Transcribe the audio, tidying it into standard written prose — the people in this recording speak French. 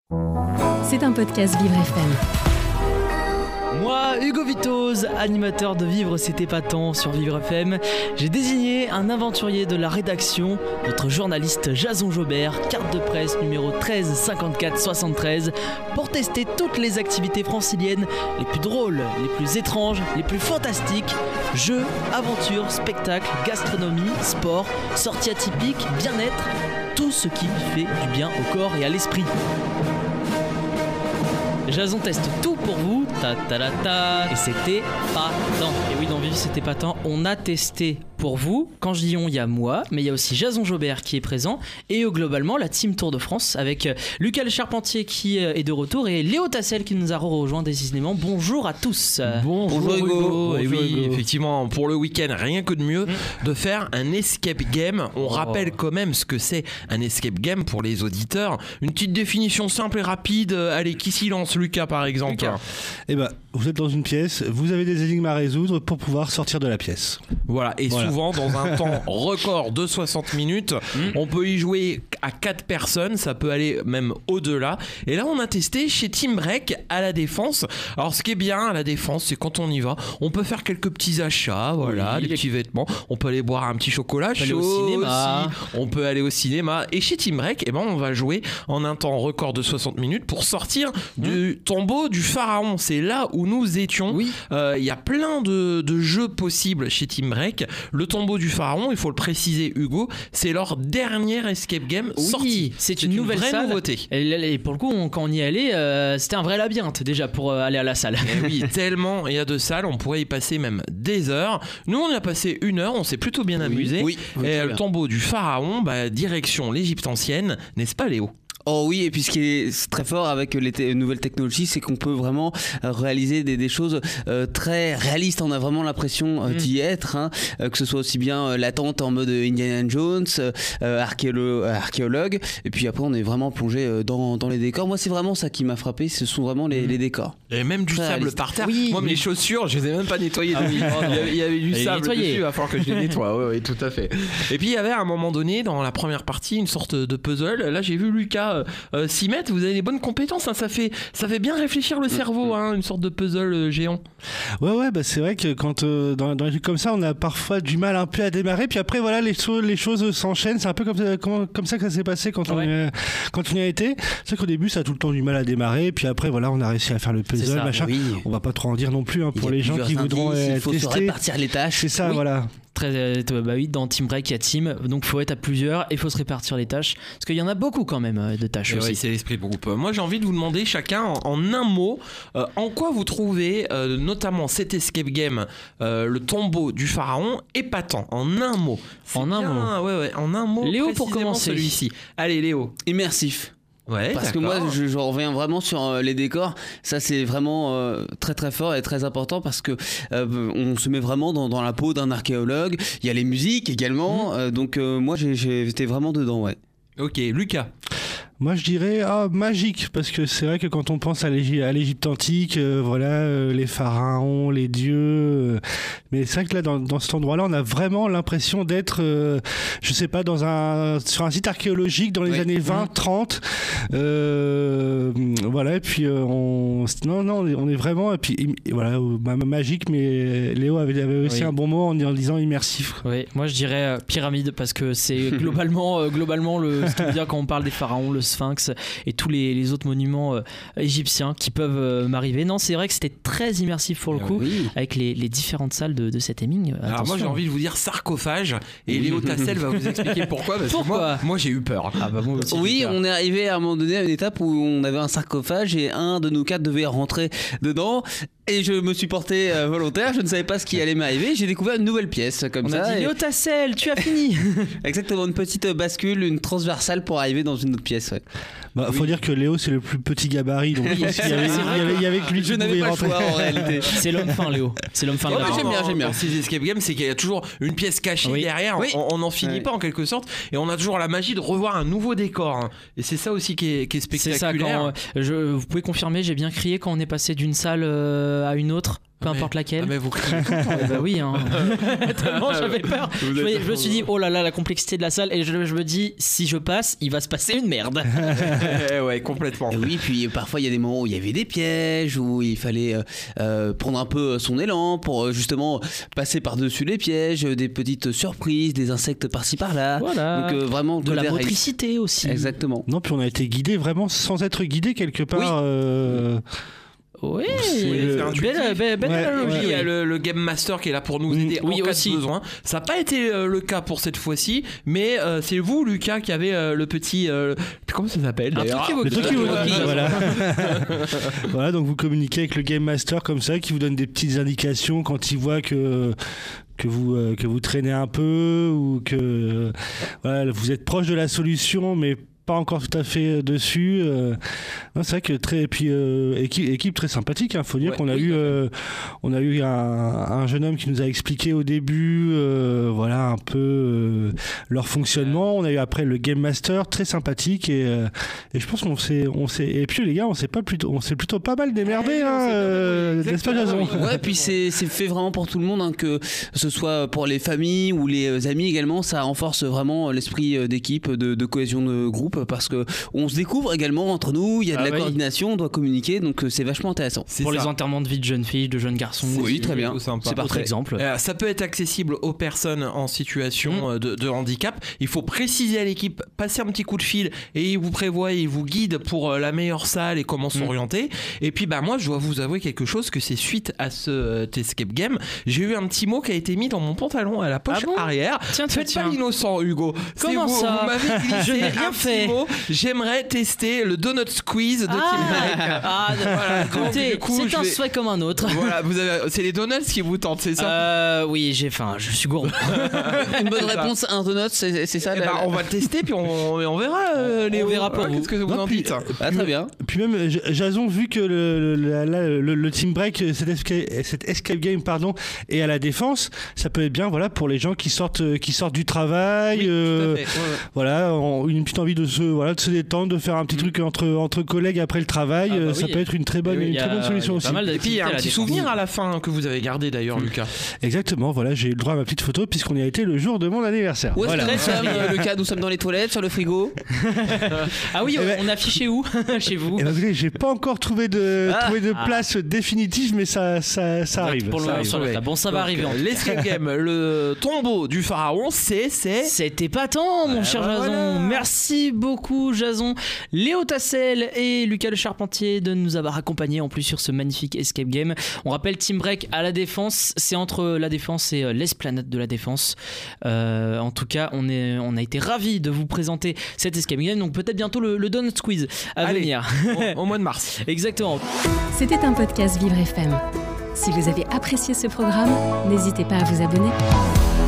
C'est un podcast Vivre FM. Moi, Hugo Vitoz, animateur de Vivre c'est épatant sur Vivre FM, j'ai désigné un aventurier de la rédaction, notre journaliste Jason Jobert, carte de presse numéro 13 54 73, pour tester toutes les activités franciliennes les plus drôles, les plus étranges, les plus fantastiques, jeux, aventures, spectacles, gastronomie, sport, sorties atypiques, bien-être, tout ce qui fait du bien au corps et à l'esprit. Jason teste tout pour vous, et c'était épatant. Et oui, dans Vivre c'est épatant, on a testé pour vous. Quand je dis on, il y a moi, mais il y a aussi Jason Jobert qui est présent, et globalement la team Tour de France avec Lucas Le Charpentier qui est de retour et Léo Tassel qui nous a rejoint décidément. Bonjour à tous. Bonjour Hugo. Et oui, Hugo. effectivement, pour le week-end, rien que de mieux de faire un escape game. On rappelle quand même ce que c'est un escape game pour les auditeurs. Une petite définition simple et rapide. Allez, qui s'y lance? Lucas par exemple. Lucas. Eh ben, vous êtes dans une pièce, vous avez des énigmes à résoudre pour pouvoir sortir de la pièce. Voilà, et souvent dans un temps record de 60 minutes, on peut y jouer à 4 personnes, ça peut aller même au-delà. Et là, on a testé chez Team Break à la Défense. Alors, ce qui est bien à la Défense, c'est quand on y va, on peut faire quelques petits achats, voilà, des petits vêtements. On peut aller boire un petit chocolat chaud au cinéma. Aussi. On peut aller au cinéma. Et chez Team Break, eh ben, on va jouer en un temps record de 60 minutes pour sortir du tombeau du pharaon. C'est là où nous étions. Oui. Y a plein de jeux possibles chez Team Break. Le tombeau du pharaon, il faut le préciser Hugo, c'est leur dernière escape game sortie. C'est une nouvelle vraie salle. Nouveauté. Et pour le coup, quand on y allait, c'était un vrai labyrinthe déjà pour aller à la salle. Et oui, tellement il y a de salles, on pourrait y passer même des heures. Nous, on y a passé 1 heure, on s'est plutôt bien amusé. Oui, et le tombeau du pharaon, direction l'Égypte ancienne, n'est-ce pas Léo ? Oh oui, et puis ce qui est très fort avec les nouvelles technologies, c'est qu'on peut vraiment réaliser des choses très réalistes. On a vraiment l'impression d'y être, que ce soit aussi bien l'attente en mode Indiana Jones, archéologue, et puis après on est vraiment plongé dans les décors. Moi, c'est vraiment ça qui m'a frappé, ce sont vraiment les décors. Et même du très sable réaliste. par terre. Oui, Moi, mes chaussures, je les ai même pas nettoyées. Il y avait du sable dessus, il va falloir que je les nettoie. Oui, tout à fait. Et puis il y avait à un moment donné, dans la première partie, une sorte de puzzle. Là, j'ai vu Lucas s'y mettre. Vous avez des bonnes compétences, ça fait bien réfléchir le cerveau, une sorte de puzzle géant. Ouais, c'est vrai que quand dans les trucs comme ça, on a parfois du mal un peu à démarrer, puis après voilà, les choses s'enchaînent. C'est un peu comme ça que ça s'est passé quand on y a été. C'est vrai qu'au début, ça a tout le temps du mal à démarrer, puis après voilà, on a réussi à faire le puzzle, ça, machin. oui. On va pas trop en dire non plus pour les gens qui voudront il faut se tester. répartir les tâches. C'est ça, voilà. Oui, dans Team Break, il y a Team, donc faut être à plusieurs et faut se répartir les tâches, parce qu'il y en a beaucoup quand même de tâches aussi. Oui, c'est l'esprit de groupe. Moi, j'ai envie de vous demander chacun en un mot, en quoi vous trouvez notamment cet escape game, le tombeau du pharaon, épatant. En un mot. En un mot. Léo, pour commencer. Celui-ci. Allez, Léo. Immersif. Ouais, parce que moi je reviens vraiment sur les décors, ça c'est vraiment très très fort et très important parce que on se met vraiment dans la peau d'un archéologue. Il y a les musiques également, donc moi j'étais vraiment dedans, ouais. Ok, Lucas. Moi je dirais magique, parce que c'est vrai que quand on pense à l'Égypte antique, les pharaons, les dieux, mais c'est vrai que là dans cet endroit-là, on a vraiment l'impression d'être, je sais pas, sur un site archéologique dans les années 20-30, voilà, et puis on est vraiment, et puis voilà, magique, mais Léo avait aussi un bon mot en disant immersif. Oui, moi je dirais pyramide, parce que c'est globalement ce qui veut dire quand on parle des pharaons, le Sphinx et tous les autres monuments égyptiens qui peuvent m'arriver. Non, c'est vrai que c'était très immersif pour le coup, avec les différentes salles de cette énigme. Alors moi j'ai envie de vous dire sarcophage, et Léo Tassel va vous expliquer pourquoi. Parce que moi j'ai eu peur. Moi aussi, oui, on est arrivé à un moment donné à une étape où on avait un sarcophage et un de nous 4 devait rentrer dedans. Et je me suis porté volontaire, je ne savais pas ce qui allait m'arriver. J'ai découvert une nouvelle pièce comme ça. On a dit Léo Tassel, tu as fini. Exactement, une petite bascule, une transversale pour arriver dans une autre pièce. Ouais. Faut dire que Léo c'est le plus petit gabarit, donc il y avait que lui je qui n'avais pouvait pas le rentrer. choix en réalité. C'est l'homme fin, Léo. C'est l'homme fin. J'aime bien. Dans ces escape games, c'est qu'il y a toujours une pièce cachée derrière. Oui. On n'en finit pas en quelque sorte, et on a toujours la magie de revoir un nouveau décor. Et c'est ça aussi qui est spectaculaire. C'est ça, vous pouvez confirmer, j'ai bien crié quand on est passé d'une salle à une autre. peu importe laquelle. Mais vous criez tout le temps. Bah oui, hein. Tellement j'avais peur. Je me suis dit, oh là là, la complexité de la salle, et je me dis, si je passe, il va se passer une merde. Ouais, complètement. Et oui, puis parfois il y a des moments où il y avait des pièges, où il fallait prendre un peu son élan pour justement passer par-dessus les pièges, des petites surprises, des insectes par-ci par-là. Voilà. Donc vraiment De la motricité aussi. Exactement. Non, puis on a été guidé vraiment sans être guidé quelque part. Oui, c'est intuitif. belle analogie. Il y a le Game Master qui est là pour nous aider en cas de besoin. Ça n'a pas été le cas pour cette fois-ci, mais c'est vous, Lucas, qui avez le petit... comment ça s'appelle d'ailleurs ? Le Talkie-Walkie, voilà. Voilà, donc vous communiquez avec le Game Master comme ça, qui vous donne des petites indications quand il voit que vous traînez un peu ou que voilà, vous êtes proche de la solution, mais pas encore tout à fait dessus. Non, c'est vrai que équipe très sympathique. Faut dire qu'on a eu un jeune homme qui nous a expliqué au début, voilà un peu leur fonctionnement. On a eu après le Game Master très sympathique et je pense qu'on s'est et puis les gars on s'est plutôt pas mal démerdé, n'est-ce pas Jason ? Ouais, puis c'est fait vraiment pour tout le monde, que ce soit pour les familles ou les amis également. Ça renforce vraiment l'esprit d'équipe, de cohésion de groupe, parce que on se découvre également entre nous. Il y a de la coordination, on doit communiquer, donc c'est vachement intéressant. Pour les enterrements de vie de jeunes filles, de jeunes garçons. Oui, très bien. C'est par exemple. Ça peut être accessible aux personnes en situation de handicap. Il faut préciser à l'équipe, passer un petit coup de fil et il vous prévoit, il vous guide pour la meilleure salle et comment s'orienter. Et puis moi je dois vous avouer quelque chose, que c'est suite à ce escape game, j'ai eu un petit mot qui a été mis dans mon pantalon à la poche arrière. Faites pas l'innocent, Hugo. Comment ça ? Vous m'avez glissé Je n'ai rien fait. mot. J'aimerais tester le donut squeeze de Team Break. Voilà, écoutez, c'est un souhait comme un autre. Voilà, c'est les donuts qui vous tentent, c'est ça ? Oui, j'ai faim, je suis gourmand. Une bonne réponse, un donut, c'est ça. On va le tester puis on verra. On verra pour vous. Qu'est-ce que vous en dites ? Très bien. Puis même Jason, vu que le Team Break, cet escape game est à la Défense, ça peut être bien, voilà, pour les gens qui sortent du travail, voilà, une petite envie de se détendre, de faire un petit truc entre collègues après le travail. Ça peut être une très bonne solution aussi. Et puis il y a un petit souvenir à la fin que vous avez gardé d'ailleurs, Lucas. Exactement, voilà, j'ai eu le droit à ma petite photo puisqu'on y a été le jour de mon anniversaire. Où est-ce que nous sommes, Lucas ? Nous sommes dans les toilettes, sur le frigo. Ah oui, on a affiché où ? Chez vous. Et écoutez, j'ai pas encore trouvé de place définitive, mais ça arrive. Pour le sur la bon, ça va arriver. L'escape game, le tombeau du pharaon, c'est épatant, mon cher Jason. Voilà. Merci beaucoup, Jason, Léo Tassel et Lucas Le Charpentier de nous avoir accompagnés en plus sur ce magnifique escape game. On rappelle Team Break à la Défense, c'est entre la Défense et l'Esplanade de la Défense. En tout cas, on a été ravis de vous présenter cet escape game. Donc peut-être bientôt le Donut Squeeze à venir au mois de mars. Exactement. C'était un podcast Vivre FM. Si vous avez apprécié ce programme, n'hésitez pas à vous abonner.